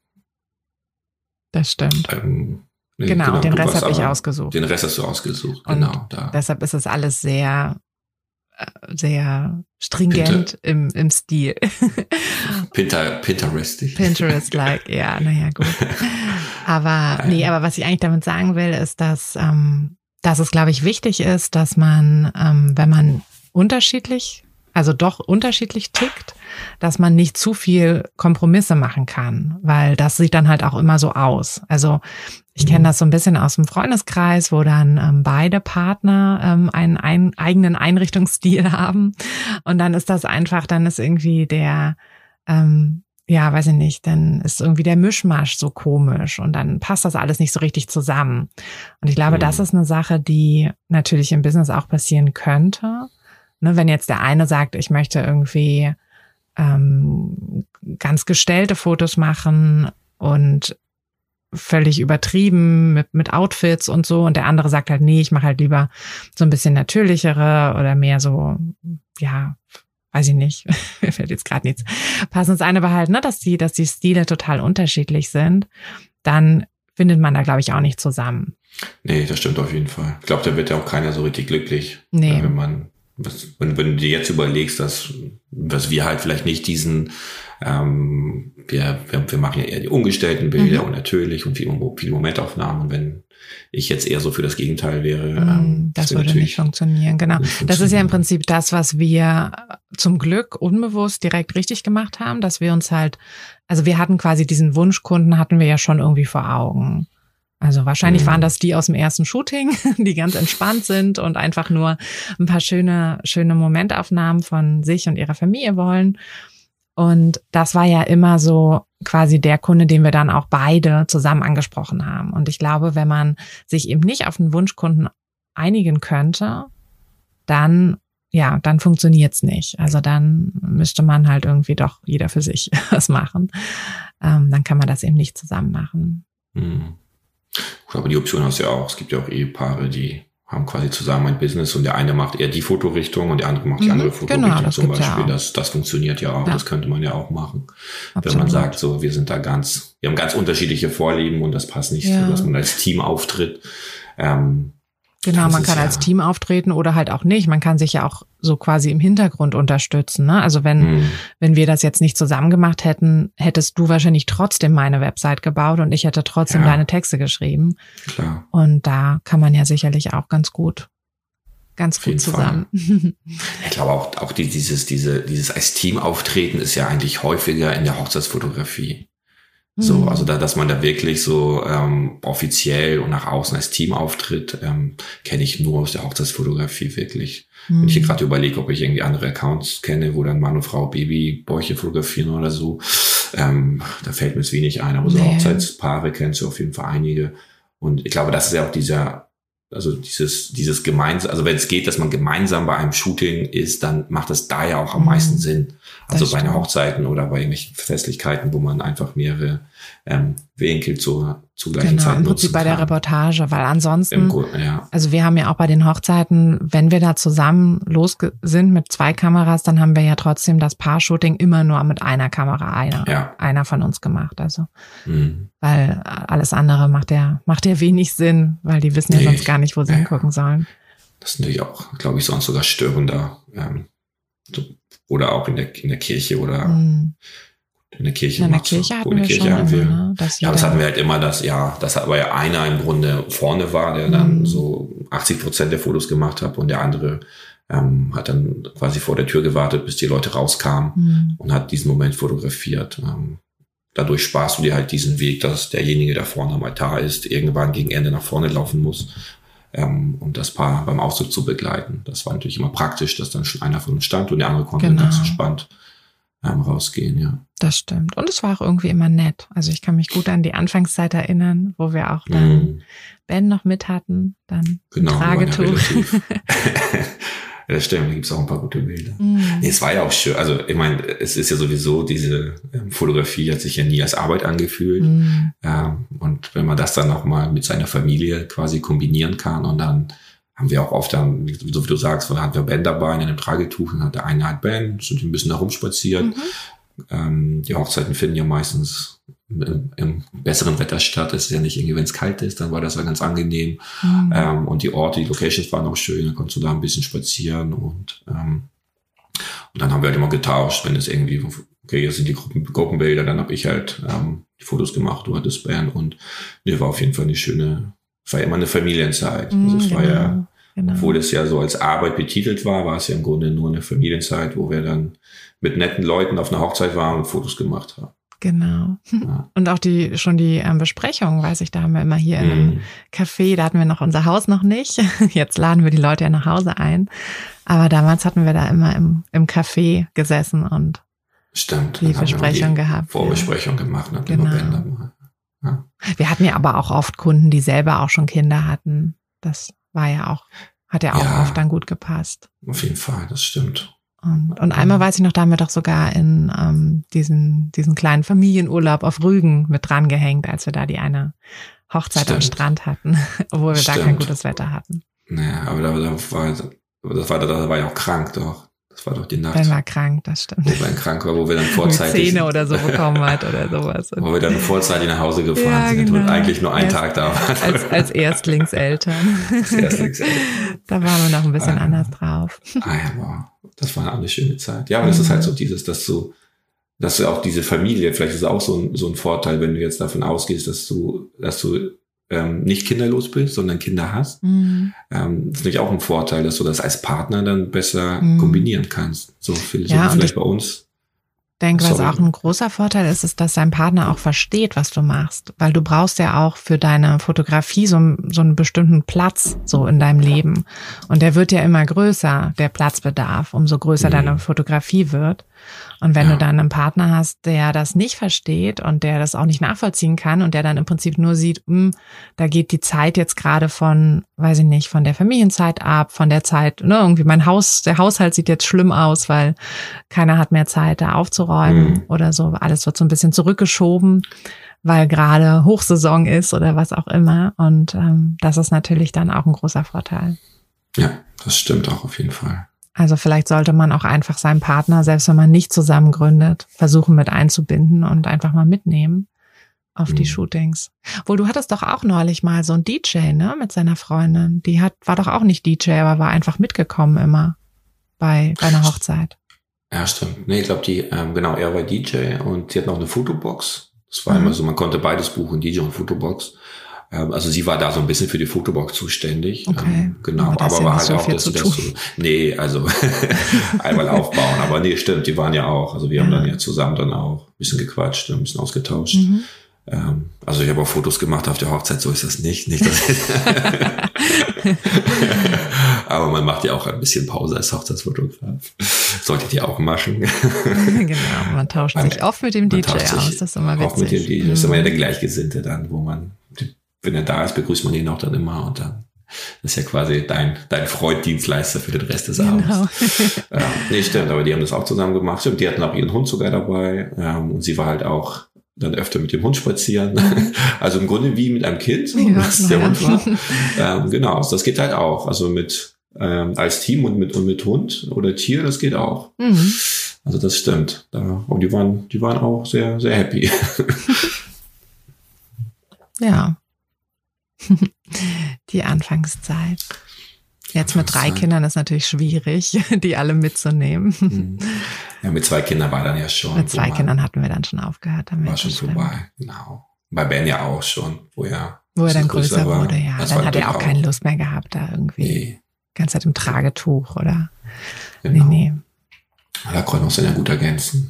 Speaker 1: Das stimmt. Genau, den Rest habe ich ausgesucht.
Speaker 2: Den Rest hast du ausgesucht,
Speaker 1: und
Speaker 2: genau.
Speaker 1: Deshalb ist es alles sehr, sehr stringent im Stil.
Speaker 2: Pinterestig.
Speaker 1: Pinterest-like, ja, naja, gut. Aber was ich eigentlich damit sagen will, ist, dass es, glaube ich, wichtig ist, dass man, wenn man unterschiedlich tickt, dass man nicht zu viel Kompromisse machen kann, weil das sieht dann halt auch immer so aus. Also ich kenne das so ein bisschen aus dem Freundeskreis, wo dann beide Partner einen eigenen Einrichtungsstil haben und dann ist irgendwie der weiß ich nicht, dann ist irgendwie der Mischmasch so komisch und dann passt das alles nicht so richtig zusammen. Und ich glaube, das ist eine Sache, die natürlich im Business auch passieren könnte. Ne, wenn jetzt der eine sagt, ich möchte irgendwie ganz gestellte Fotos machen und völlig übertrieben mit Outfits und so und der andere sagt halt, nee, ich mache halt lieber so ein bisschen natürlichere oder mehr so, weiß ich nicht, mir fällt jetzt gerade nichts passendes ein, aber halt, ne, dass die Stile total unterschiedlich sind, dann findet man da, glaube ich, auch nicht zusammen.
Speaker 2: Nee, das stimmt auf jeden Fall. Ich glaube, da wird ja auch keiner so richtig glücklich.
Speaker 1: Nee.
Speaker 2: Wenn du dir jetzt überlegst, dass wir halt vielleicht nicht diesen, wir machen ja eher die ungestellten Bilder und natürlich und viele Momentaufnahmen. Und wenn ich jetzt eher so für das Gegenteil wäre,
Speaker 1: das würde nicht funktionieren. Genau. Das ist ja im Prinzip das, was wir zum Glück unbewusst direkt richtig gemacht haben, dass wir uns halt, also wir hatten quasi diesen Wunschkunden hatten wir ja schon irgendwie vor Augen. Also wahrscheinlich waren das die aus dem ersten Shooting, die ganz entspannt sind und einfach nur ein paar schöne Momentaufnahmen von sich und ihrer Familie wollen. Und das war ja immer so quasi der Kunde, den wir dann auch beide zusammen angesprochen haben. Und ich glaube, wenn man sich eben nicht auf einen Wunschkunden einigen könnte, dann funktioniert's nicht. Also dann müsste man halt irgendwie doch jeder für sich was machen. Dann kann man das eben nicht zusammen machen.
Speaker 2: Aber die Option hast du ja auch. Es gibt ja auch Ehepaare, die haben quasi zusammen ein Business und der eine macht eher die Fotorichtung und der andere macht die andere Fotorichtung, genau, zum Beispiel. Ja, das funktioniert ja auch. Ja. Das könnte man ja auch machen. Absolut. Wenn man sagt, so, wir haben ganz unterschiedliche Vorlieben und das passt nicht so, dass man als Team auftritt.
Speaker 1: Genau, man kann als Team auftreten oder halt auch nicht. Man kann sich ja auch so quasi im Hintergrund unterstützen, ne? Also wenn wir das jetzt nicht zusammen gemacht hätten, hättest du wahrscheinlich trotzdem meine Website gebaut und ich hätte trotzdem deine Texte geschrieben.
Speaker 2: Klar.
Speaker 1: Und da kann man ja sicherlich auch ganz gut zusammen.
Speaker 2: Ich glaube auch dieses als Team auftreten ist ja eigentlich häufiger in der Hochzeitsfotografie. So, also dass man da wirklich so offiziell und nach außen als Team auftritt, kenne ich nur aus der Hochzeitsfotografie wirklich. Wenn ich hier gerade überlege, ob ich irgendwie andere Accounts kenne, wo dann Mann und Frau Babybäuche fotografieren oder so, da fällt mir jetzt wenig ein. Aber so Hochzeitspaare kennst du auf jeden Fall einige. Und ich glaube, das ist ja auch dieses gemeinsam, also wenn es geht, dass man gemeinsam bei einem Shooting ist, dann macht das da ja auch am meisten Sinn. Also bei einer Hochzeiten oder bei irgendwelchen Festlichkeiten, wo man einfach mehrere Winkel zur gleichen Zeit nutzen kann. Im Prinzip
Speaker 1: bei der Reportage, weil ansonsten, also wir haben ja auch bei den Hochzeiten, wenn wir da zusammen sind mit 2 Kameras, dann haben wir ja trotzdem das Paar-Shooting immer nur mit einer Kamera, einer von uns gemacht. Also, weil alles andere macht ja wenig Sinn, weil die wissen ja sonst gar nicht, wo sie hingucken sollen.
Speaker 2: Das ist natürlich auch, glaube ich, sonst sogar störender. Oder auch in der Kirche oder in der Kirche.
Speaker 1: In der Kirche hatten wir schon immer, ne?
Speaker 2: Das hatten wir halt immer, dass aber ja einer im Grunde vorne war, der dann so 80% der Fotos gemacht hat und der andere hat dann quasi vor der Tür gewartet, bis die Leute rauskamen und hat diesen Moment fotografiert. Dadurch sparst du dir halt diesen Weg, dass derjenige, der vorne am Altar ist, irgendwann gegen Ende nach vorne laufen muss, um das Paar beim Auszug zu begleiten. Das war natürlich immer praktisch, dass dann schon einer von uns stand und der andere konnte ganz entspannt rausgehen, ja.
Speaker 1: Das stimmt. Und es war auch irgendwie immer nett. Also ich kann mich gut an die Anfangszeit erinnern, wo wir auch dann Ben noch mit hatten, dann Tragetuch.
Speaker 2: Ja, das stimmt, da gibt's auch ein paar gute Bilder. Nee, es war ja auch schön. Also ich meine, es ist ja sowieso, diese Fotografie hat sich ja nie als Arbeit angefühlt. Und wenn man das dann auch mal mit seiner Familie quasi kombinieren kann und dann haben wir auch oft dann, so wie du sagst, hatten wir Ben dabei in einem Tragetuch und hat der eine halt Ben, sind ein bisschen da rumspaziert. Die Hochzeiten finden ja meistens im besseren Wetter statt. Es ist ja nicht irgendwie, wenn es kalt ist, dann war das ja ganz angenehm. Und die Locations waren auch schön, dann konntest du da ein bisschen spazieren und dann haben wir halt immer getauscht, wenn es irgendwie, okay, jetzt sind die Gruppenbilder, dann habe ich halt die Fotos gemacht, du hattest Ben und war auf jeden Fall war immer eine Familienzeit. Also es war ja, obwohl es ja so als Arbeit betitelt war es ja im Grunde nur eine Familienzeit, wo wir dann mit netten Leuten auf einer Hochzeit waren und Fotos gemacht haben.
Speaker 1: Genau. Ja. Und auch die Besprechung, weiß ich, da haben wir immer hier in einem Café, da hatten wir noch unser Haus noch nicht. Jetzt laden wir die Leute ja nach Hause ein. Aber damals hatten wir da immer im Café gesessen und die Besprechung gehabt.
Speaker 2: Vorbesprechung gemacht. Genau.
Speaker 1: Ja. Wir hatten ja aber auch oft Kunden, die selber auch schon Kinder hatten. Das war ja auch, hat ja auch oft dann gut gepasst.
Speaker 2: Auf jeden Fall, das stimmt.
Speaker 1: Und einmal weiß ich noch, da haben wir doch sogar in diesen kleinen Familienurlaub auf Rügen mit dran gehängt, als wir da die eine Hochzeit am Strand hatten, obwohl wir da kein gutes Wetter hatten.
Speaker 2: Naja, aber da war ja auch krank doch. Das war doch die Nacht.
Speaker 1: Ben war krank, das stimmt.
Speaker 2: Wo Ben krank war, wo wir dann vorzeitig
Speaker 1: Zähne oder so bekommen hat oder sowas.
Speaker 2: Wo wir dann vorzeitig nach Hause gefahren sind und eigentlich nur einen Tag da waren.
Speaker 1: Als Erstlingseltern. Da waren wir noch ein bisschen anders drauf.
Speaker 2: Wow. Das war eine schöne Zeit. Ja, aber das ist halt so dieses, dass du auch diese Familie, vielleicht ist es auch so ein Vorteil, wenn du jetzt davon ausgehst, dass du nicht kinderlos bist, sondern Kinder hast. Das ist natürlich auch ein Vorteil, dass du das als Partner dann besser kombinieren kannst. So vielleicht bei uns.
Speaker 1: Ich denke, was auch ein großer Vorteil ist, dass dein Partner auch versteht, was du machst. Weil du brauchst ja auch für deine Fotografie so einen bestimmten Platz so in deinem Leben. Und der wird ja immer größer, der Platzbedarf, umso größer deine Fotografie wird. Und wenn du dann einen Partner hast, der das nicht versteht und der das auch nicht nachvollziehen kann und der dann im Prinzip nur sieht, da geht die Zeit jetzt gerade von, weiß ich nicht, von der Familienzeit ab, von der Zeit, irgendwie der Haushalt sieht jetzt schlimm aus, weil keiner hat mehr Zeit, da aufzuräumen oder so. Alles wird so ein bisschen zurückgeschoben. weil gerade Hochsaison ist oder was auch immer. Und das ist natürlich dann auch ein großer Vorteil.
Speaker 2: Ja, das stimmt auch auf jeden Fall.
Speaker 1: Also vielleicht sollte man auch einfach seinen Partner, selbst wenn man nicht zusammen gründet, versuchen mit einzubinden und einfach mal mitnehmen auf die Shootings. Wohl, du hattest doch auch neulich mal so einen DJ, ne, mit seiner Freundin. Die war doch auch nicht DJ, aber war einfach mitgekommen immer bei einer Hochzeit.
Speaker 2: Ja, stimmt. Nee, ich glaube, er war DJ und sie hat noch eine Fotobox. Das war immer so, man konnte beides buchen, DJ und Fotobox. Also sie war da so ein bisschen für die Fotobox zuständig.
Speaker 1: Okay.
Speaker 2: Genau, aber war halt auch, dass sie das so, also einmal aufbauen. Aber nee, stimmt, die waren ja auch. Also wir haben dann ja zusammen dann auch ein bisschen gequatscht, ein bisschen ausgetauscht. Also ich habe auch Fotos gemacht auf der Hochzeit, so ist das nicht. Aber man macht ja auch ein bisschen Pause als Hochzeitsfotograf. Solltet ihr auch machen.
Speaker 1: Genau, man tauscht sich oft mit dem DJ aus, das ist immer witzig. Auch mit dem DJ,
Speaker 2: das ist immer ja der Gleichgesinnte dann, wo man, wenn er da ist, begrüßt man ihn auch dann immer und dann das ist ja quasi dein Freund-Dienstleister für den Rest des Abends. Nee, stimmt, aber die haben das auch zusammen gemacht. Und die hatten auch ihren Hund sogar dabei und sie war halt auch dann öfter mit dem Hund spazieren. Also im Grunde wie mit einem Kind, was der Hund war. Genau, das geht halt auch. Also als Team und mit Hund oder Tier, das geht auch. Also das stimmt. Und die waren auch sehr, sehr happy.
Speaker 1: Ja. Die Anfangszeit. Jetzt mit 3 Kindern ist natürlich schwierig, die alle mitzunehmen.
Speaker 2: Ja, mit 2 Kindern war dann ja schon.
Speaker 1: Mit 2 Kindern hatten wir dann schon aufgehört damit.
Speaker 2: War schon vorbei, genau. Bei Ben ja auch schon, wo er
Speaker 1: dann größer wurde, ja. Dann hat er auch keine Lust mehr gehabt, da irgendwie die ganze Zeit im Tragetuch oder.
Speaker 2: Genau.
Speaker 1: Nee.
Speaker 2: Da konnte man uns dann ja gut ergänzen.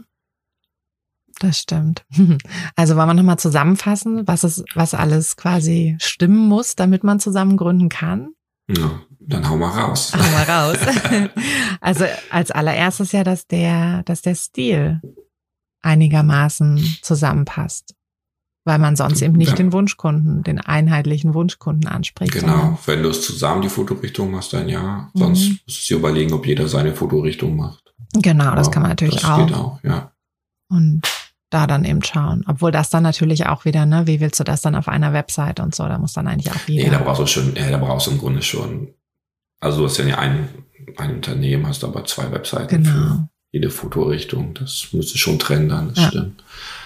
Speaker 1: Das stimmt. Also wollen wir nochmal zusammenfassen, was alles quasi stimmen muss, damit man zusammen gründen kann?
Speaker 2: Ja, dann hau mal raus.
Speaker 1: Also als allererstes ja, dass der Stil einigermaßen zusammenpasst, weil man sonst eben nicht den Wunschkunden, den einheitlichen Wunschkunden anspricht.
Speaker 2: Genau, wenn du es zusammen die Fotorichtung machst, dann ja. Sonst musst du dir überlegen, ob jeder seine Fotorichtung macht.
Speaker 1: Genau, das kann man natürlich auch.
Speaker 2: Das geht auch, ja.
Speaker 1: Und da dann eben schauen. Obwohl das dann natürlich auch wieder, ne, wie willst du das dann auf einer Website und so, da muss dann eigentlich auch jeder.
Speaker 2: Nee, da brauchst du im Grunde schon, also du hast ja ein Unternehmen, hast aber 2 Webseiten für jede Fotorichtung. Das müsste schon trennen dann, das stimmt.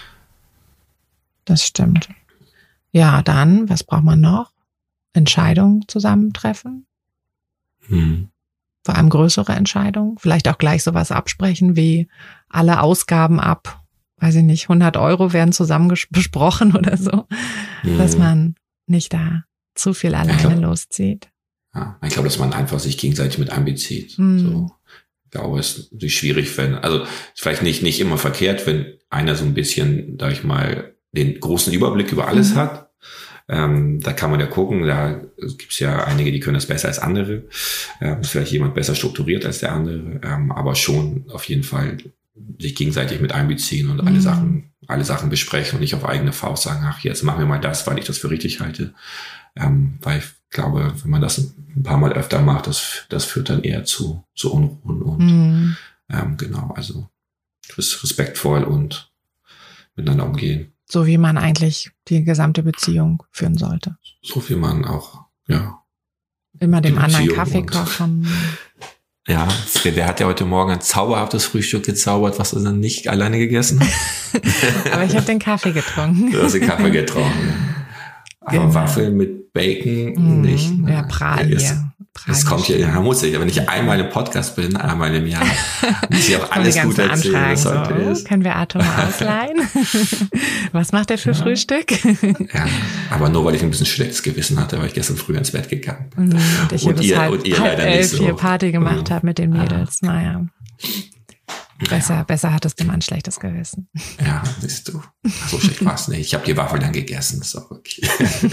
Speaker 1: Das stimmt. Ja, dann, was braucht man noch? Entscheidungen zusammentreffen. Vor allem größere Entscheidungen. Vielleicht auch gleich sowas absprechen wie alle Ausgaben ab. Weiß ich nicht, 100 € werden zusammen besprochen oder so, dass man nicht da zu viel alleine loszieht.
Speaker 2: Ja, ich glaube, dass man einfach sich gegenseitig mit einbezieht. So, ich glaube, es ist natürlich schwierig, also vielleicht nicht immer verkehrt, wenn einer so ein bisschen, sag ich mal, den großen Überblick über alles hat. Da kann man ja gucken, da gibt's ja einige, die können das besser als andere. Ist vielleicht jemand besser strukturiert als der andere, aber schon auf jeden Fall sich gegenseitig mit einbeziehen und alle Sachen besprechen und nicht auf eigene Faust sagen, ach, jetzt machen wir mal das, weil ich das für richtig halte. Weil ich glaube, wenn man das ein paar Mal öfter macht, das führt dann eher zu Unruhen und genau, also respektvoll und miteinander umgehen.
Speaker 1: So wie man eigentlich die gesamte Beziehung führen sollte.
Speaker 2: So wie man auch,
Speaker 1: immer dem anderen Kaffee kochen.
Speaker 2: Ja, der hat ja heute Morgen ein zauberhaftes Frühstück gezaubert, was er dann nicht alleine gegessen hat.
Speaker 1: Aber ich habe den Kaffee getrunken.
Speaker 2: Du hast den Kaffee getrunken. Aber Waffeln mit Bacon nicht.
Speaker 1: Ja, Praline.
Speaker 2: Das kommt ja, muss ich. Wenn ich einmal im Podcast bin, einmal im Jahr, muss ich auch alles gut erzählen, was heute ist.
Speaker 1: Können wir Arthur mal ausleihen? Was macht er für Frühstück?
Speaker 2: Ja, aber nur, weil ich ein bisschen schlechtes Gewissen hatte, weil ich gestern früh ins Bett gegangen bin.
Speaker 1: Und ich und ihr leider nicht so. Hier Party gemacht habe mit den Mädels. Naja. Besser hattest du mal ein schlechtes Gewissen.
Speaker 2: Ja, siehst du. So schlecht war es nicht. Ich habe die Waffel dann gegessen. Das ist auch okay.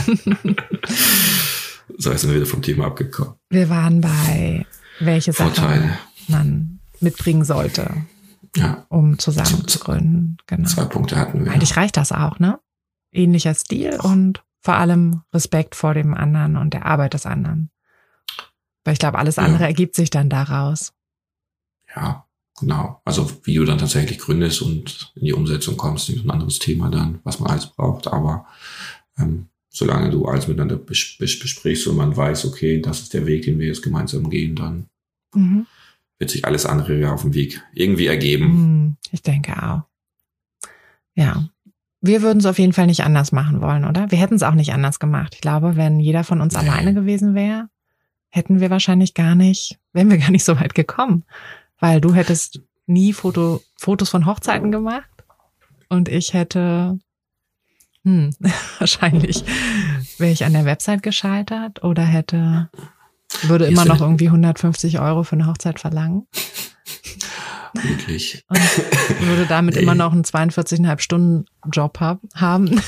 Speaker 2: So, jetzt sind wir wieder vom Thema abgekommen.
Speaker 1: Wir waren bei welche Sachen man mitbringen sollte, um zusammen zu gründen. Genau.
Speaker 2: 2 Punkte hatten wir.
Speaker 1: Eigentlich reicht das auch, ne? Ähnlicher Stil und vor allem Respekt vor dem anderen und der Arbeit des anderen. Weil ich glaube, alles andere ergibt sich dann daraus.
Speaker 2: Ja, Genau. Also wie du dann tatsächlich gründest und in die Umsetzung kommst, ist ein anderes Thema dann, was man alles braucht. Aber solange du alles miteinander besprichst und man weiß, okay, das ist der Weg, den wir jetzt gemeinsam gehen, dann wird sich alles andere ja auf dem Weg irgendwie ergeben.
Speaker 1: Ich denke auch. Ja. Wir würden es auf jeden Fall nicht anders machen wollen, oder? Wir hätten es auch nicht anders gemacht. Ich glaube, wenn jeder von uns alleine gewesen wäre, wären wir gar nicht so weit gekommen. Weil du hättest nie Fotos von Hochzeiten gemacht und ich hätte, wahrscheinlich wäre ich an der Website gescheitert oder würde immer noch irgendwie 150 € für eine Hochzeit verlangen.
Speaker 2: Wirklich.
Speaker 1: Und würde damit immer noch einen 42,5 Stunden Job haben.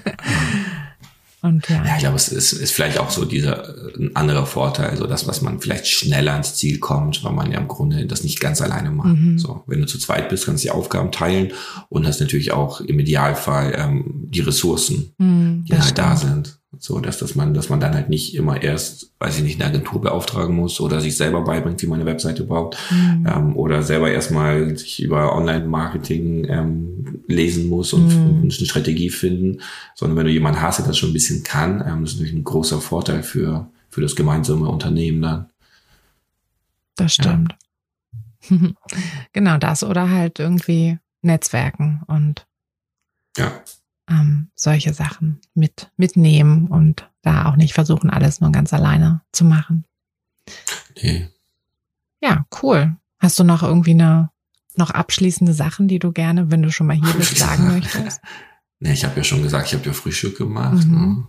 Speaker 1: Und ja.
Speaker 2: Ja, ich glaube, es ist vielleicht auch so ein anderer Vorteil, also das, was man vielleicht schneller ans Ziel kommt, weil man ja im Grunde das nicht ganz alleine macht. So, wenn du zu zweit bist, kannst du die Aufgaben teilen und hast natürlich auch im Idealfall die Ressourcen, die halt da sind. So, dass man dann halt nicht immer erst, weiß ich nicht, eine Agentur beauftragen muss oder sich selber beibringt, wie man eine Webseite baut, oder selber erstmal sich über Online-Marketing lesen muss und eine Strategie finden, sondern wenn du jemanden hast, der das schon ein bisschen kann, das ist natürlich ein großer Vorteil für das gemeinsame Unternehmen dann.
Speaker 1: Das stimmt. Ja. Genau das oder halt irgendwie Netzwerken und solche Sachen mitnehmen und da auch nicht versuchen, alles nur ganz alleine zu machen.
Speaker 2: Nee.
Speaker 1: Ja, cool. Hast du noch irgendwie noch abschließende Sachen, die du gerne, wenn du schon mal hier bist, sagen möchtest?
Speaker 2: Nee, ich habe ja schon gesagt, ich habe ja Frühstück gemacht.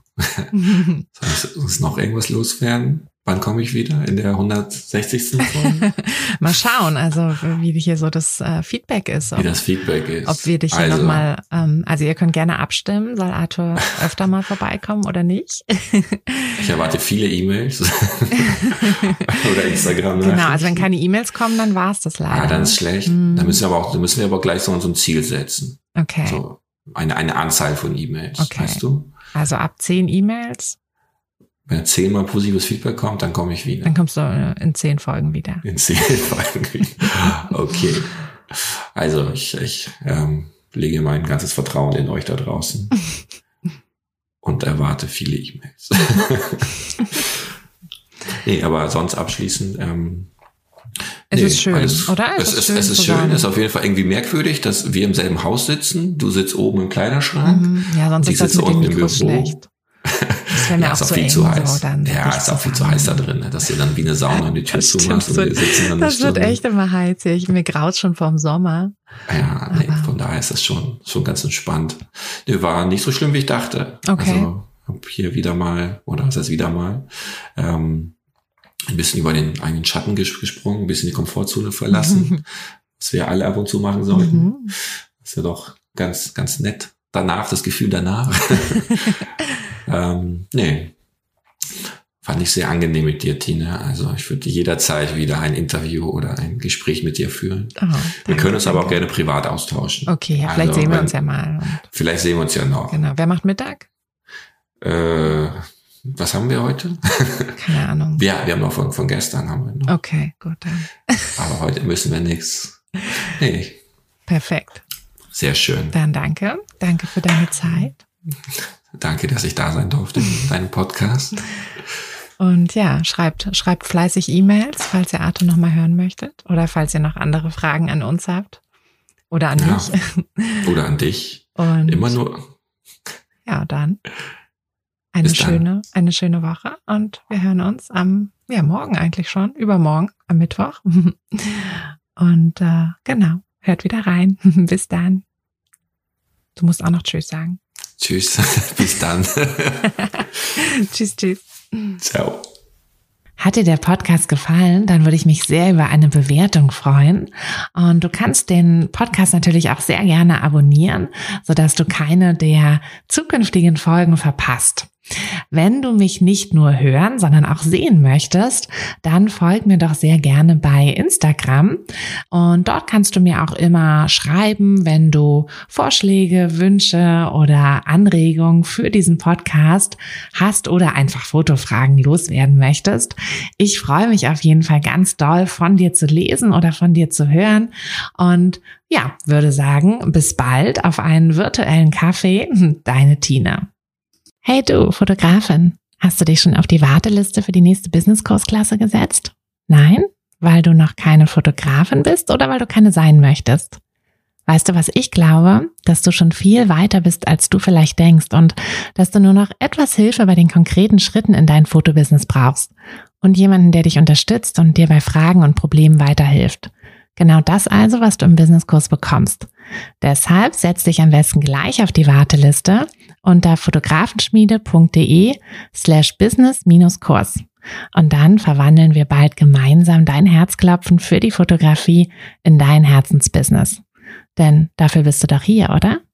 Speaker 2: Soll noch irgendwas loswerden? Wann komme ich wieder? In der 160. Folge?
Speaker 1: Mal schauen, also wie hier so das Feedback ist.
Speaker 2: Wie das Feedback ist.
Speaker 1: Ob wir dich hier nochmal, also ihr könnt gerne abstimmen, soll Arthur öfter mal vorbeikommen oder nicht?
Speaker 2: Ich erwarte viele E-Mails oder Instagram.
Speaker 1: Genau, also wenn keine E-Mails kommen, dann war's das leider.
Speaker 2: Ah, dann ist schlecht. Dann müssen wir aber gleich so ein Ziel setzen.
Speaker 1: Okay.
Speaker 2: So eine Anzahl von E-Mails, weißt du?
Speaker 1: Also ab 10 E-Mails.
Speaker 2: Wenn 10 Mal positives Feedback kommt, dann komme ich wieder.
Speaker 1: Dann kommst du in 10 Folgen wieder.
Speaker 2: In 10 Folgen wieder. Okay. Also ich lege mein ganzes Vertrauen in euch da draußen und erwarte viele E-Mails. Nee, aber sonst abschließend.
Speaker 1: Es ist schön, oder?
Speaker 2: Es ist schön, es ist auf jeden Fall irgendwie merkwürdig, dass wir im selben Haus sitzen. Du sitzt oben im Kleiderschrank.
Speaker 1: Ja, sonst ist das mit dem Mikro schlecht. Das wäre mir auch
Speaker 2: viel zu heiß. Ja, ist auch viel zu heiß da drin, ne? Dass ihr dann wie eine Sauna die Tür zumachst und wir sitzen dann
Speaker 1: das wird echt immer heiß hier. Mir graut schon vorm Sommer.
Speaker 2: Ja, nee, von daher ist das schon ganz entspannt. Nee, war nicht so schlimm, wie ich dachte.
Speaker 1: Okay.
Speaker 2: Also hab hier wieder mal, oder was heißt wieder mal, ein bisschen über den eigenen Schatten gesprungen, ein bisschen die Komfortzone verlassen, was wir alle ab und zu machen sollten. Das ist ja doch ganz, ganz nett. Danach, das Gefühl danach. Nee, fand ich sehr angenehm mit dir, Tina. Also ich würde jederzeit wieder ein Interview oder ein Gespräch mit dir führen. Wir können uns aber auch gerne privat austauschen.
Speaker 1: Okay, ja, vielleicht sehen wir uns ja mal.
Speaker 2: Vielleicht sehen wir uns ja noch.
Speaker 1: Genau. Wer macht Mittag?
Speaker 2: Was haben wir heute?
Speaker 1: Keine Ahnung.
Speaker 2: Wir haben noch von gestern haben wir noch.
Speaker 1: Okay, gut dann.
Speaker 2: Aber heute müssen wir nichts. Nee.
Speaker 1: Perfekt.
Speaker 2: Sehr schön.
Speaker 1: Dann danke. Danke für deine Zeit.
Speaker 2: Danke, dass ich da sein durfte in deinem Podcast.
Speaker 1: Und ja, schreibt fleißig E-Mails, falls ihr Arthur noch mal hören möchtet oder falls ihr noch andere Fragen an uns habt oder an mich.
Speaker 2: Oder an dich.
Speaker 1: Und
Speaker 2: immer nur.
Speaker 1: Ja, dann eine schöne Woche und wir hören uns morgen eigentlich schon, übermorgen, am Mittwoch. Und genau, hört wieder rein. Bis dann. Du musst auch noch Tschüss sagen.
Speaker 2: Tschüss, bis dann.
Speaker 1: Tschüss.
Speaker 2: Ciao.
Speaker 1: Hat dir der Podcast gefallen, dann würde ich mich sehr über eine Bewertung freuen. Und du kannst den Podcast natürlich auch sehr gerne abonnieren, sodass du keine der zukünftigen Folgen verpasst. Wenn du mich nicht nur hören, sondern auch sehen möchtest, dann folg mir doch sehr gerne bei Instagram. Und dort kannst du mir auch immer schreiben, wenn du Vorschläge, Wünsche oder Anregungen für diesen Podcast hast oder einfach Fotofragen loswerden möchtest. Ich freue mich auf jeden Fall ganz doll, von dir zu lesen oder von dir zu hören. Und ja, würde sagen, bis bald auf einen virtuellen Kaffee. Deine Tina. Hey du, Fotografin, hast du dich schon auf die Warteliste für die nächste Business-Kursklasse gesetzt? Nein? Weil du noch keine Fotografin bist oder weil du keine sein möchtest? Weißt du, was ich glaube? Dass du schon viel weiter bist, als du vielleicht denkst und dass du nur noch etwas Hilfe bei den konkreten Schritten in dein Fotobusiness brauchst und jemanden, der dich unterstützt und dir bei Fragen und Problemen weiterhilft. Genau das also, was du im Businesskurs bekommst. Deshalb setz dich am besten gleich auf die Warteliste unter fotografenschmiede.de/business-Kurs. Und dann verwandeln wir bald gemeinsam dein Herzklopfen für die Fotografie in dein Herzensbusiness. Denn dafür bist du doch hier, oder?